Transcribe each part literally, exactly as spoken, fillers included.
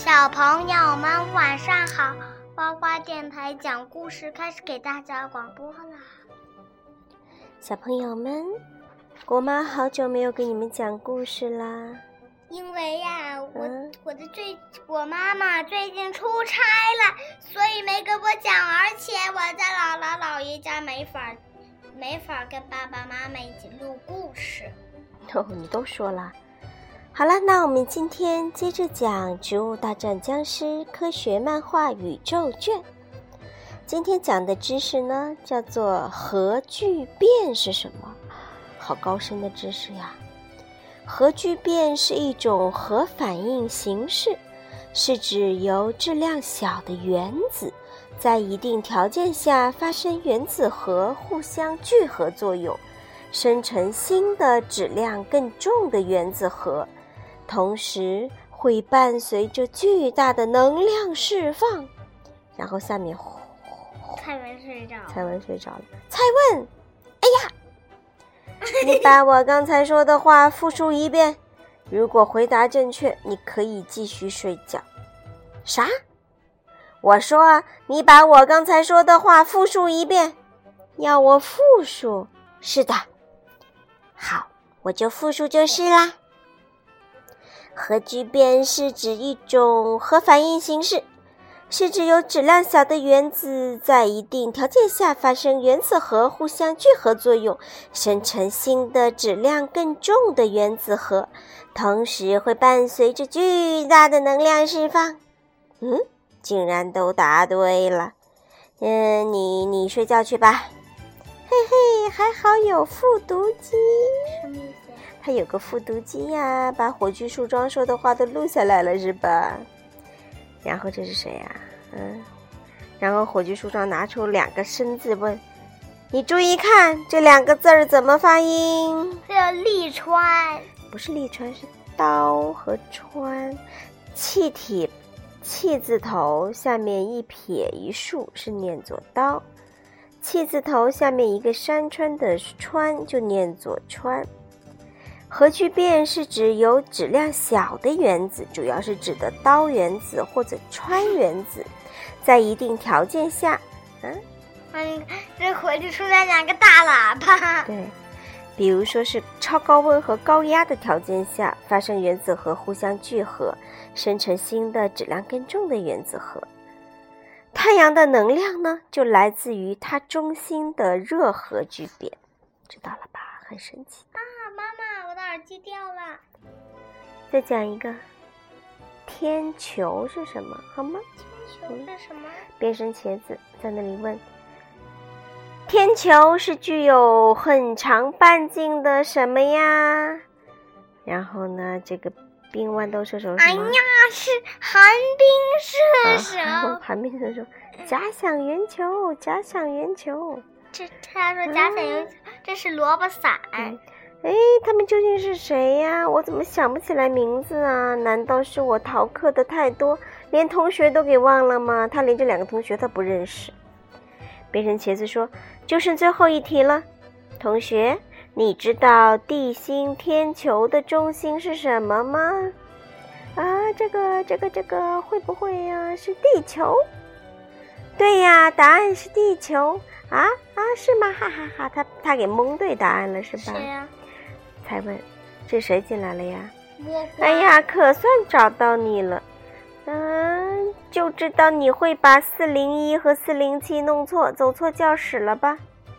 小朋友们晚上好，呱呱电台讲故事开始给大家广播啦。 小朋友们，郭妈好久没有给你们讲故事啦。 因为呀，我、 嗯、 我的最我妈妈最近出差了，所以没给我讲，而且我在姥姥姥爷家没法没法跟爸爸妈妈一起录故事。 哦，你都说了。好了，那我们今天接着讲《植物大战僵尸》科学漫画宇宙卷。今天讲的知识呢，叫做核聚变是什么？好高深的知识呀！核聚变是一种核反应形式，是指由质量小的原子在一定条件下发生原子核互相聚合作用，生成新的质量更重的原子核，同时会伴随着巨大的能量释放。然后下面呼蔡文睡着了。 蔡文睡着了。蔡文，哎呀，你把我刚才说的话复述一遍。如果回答正确，你可以继续睡觉。啥？我说你把我刚才说的话复述一遍。要我复述？是的。好，我就复述就是啦。核聚变是指一种核反应形式，是指由质量小的原子在一定条件下发生原子核互相聚合作用，生成新的质量更重的原子核，同时会伴随着巨大的能量释放。嗯，竟然都答对了。嗯，你你睡觉去吧。嘿嘿，还好有复读机。 什么意思？ 他有个复读机呀，把火炬树桩说的话都录下来了，是吧？然后这是谁呀？嗯，然后火炬树桩拿出两个生字问：“你注意看，这两个字儿怎么发音？” 这叫利川， 不是利川，是刀和川。气体气字头下面一撇一竖是念作刀，气字头下面一个山川的川就念作川。核聚变是指由质量小的原子，主要是指的氘原子或者氚原子，在一定条件下，嗯， 嗯，这回就出来两个大喇叭。 对，比如说是超高温和高压的条件下，发生原子核互相聚合，生成新的质量更重的原子核。太阳的能量呢，就来自于它中心的热核聚变，知道了吧？很神奇。 啊，妈妈，我的耳机掉了。 再讲一个，天球是什么？好吗？ 天球是什么？ 变身茄子在那里问。天球是具有很长半径的什么呀？然后呢，这个冰豌豆射手什么？ 哎呀，是寒冰射手。 啊、寒冰射手，假想圆球，假想圆球。 这他说假想圆球，嗯、这是萝卜伞。 嗯哎，他们究竟是谁呀？我怎么想不起来名字啊？难道是我逃课的太多，连同学都给忘了吗？他连这两个同学他不认识。变身茄子说，就剩最后一题了。同学，你知道地心天球的中心是什么吗？啊，这个这个这个会不会呀？是地球？对呀，答案是地球。啊啊，是吗？哈哈哈，他他给蒙对答案了是吧？ 谁呀？ 才问，这谁进来了呀？ 我。 哎呀，可算找到你了。嗯，就知道你会把四零一和四零七弄错，走错教室了吧？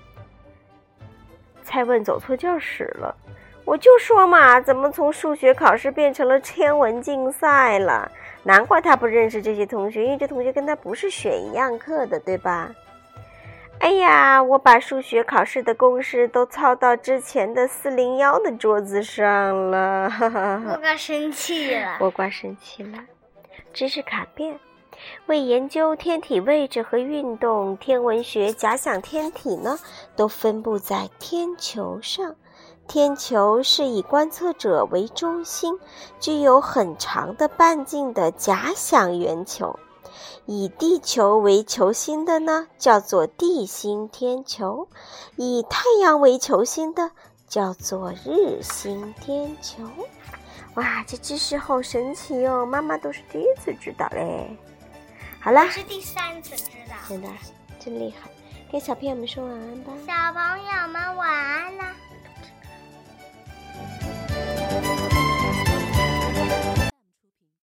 才问走错教室了，我就说嘛，怎么从数学考试变成了天文竞赛了？难怪他不认识这些同学，因为这同学跟他不是选一样课的，对吧？哎呀，我把数学考试的公式都抄到之前的四零一的桌子上了。 我怪生气了。 我怪生气了。知识卡片，为研究天体位置和运动，天文学假想天体呢，都分布在天球上。天球是以观测者为中心，具有很长的半径的假想圆球。以地球为球心的呢，叫做地心天球；以太阳为球心的，叫做日心天球。 哇，这知识好神奇哦，妈妈都是第一次知道嘞。好啦， 我是第三次知道。 真的真厉害，跟小朋友们说晚安吧。 小朋友们晚安了。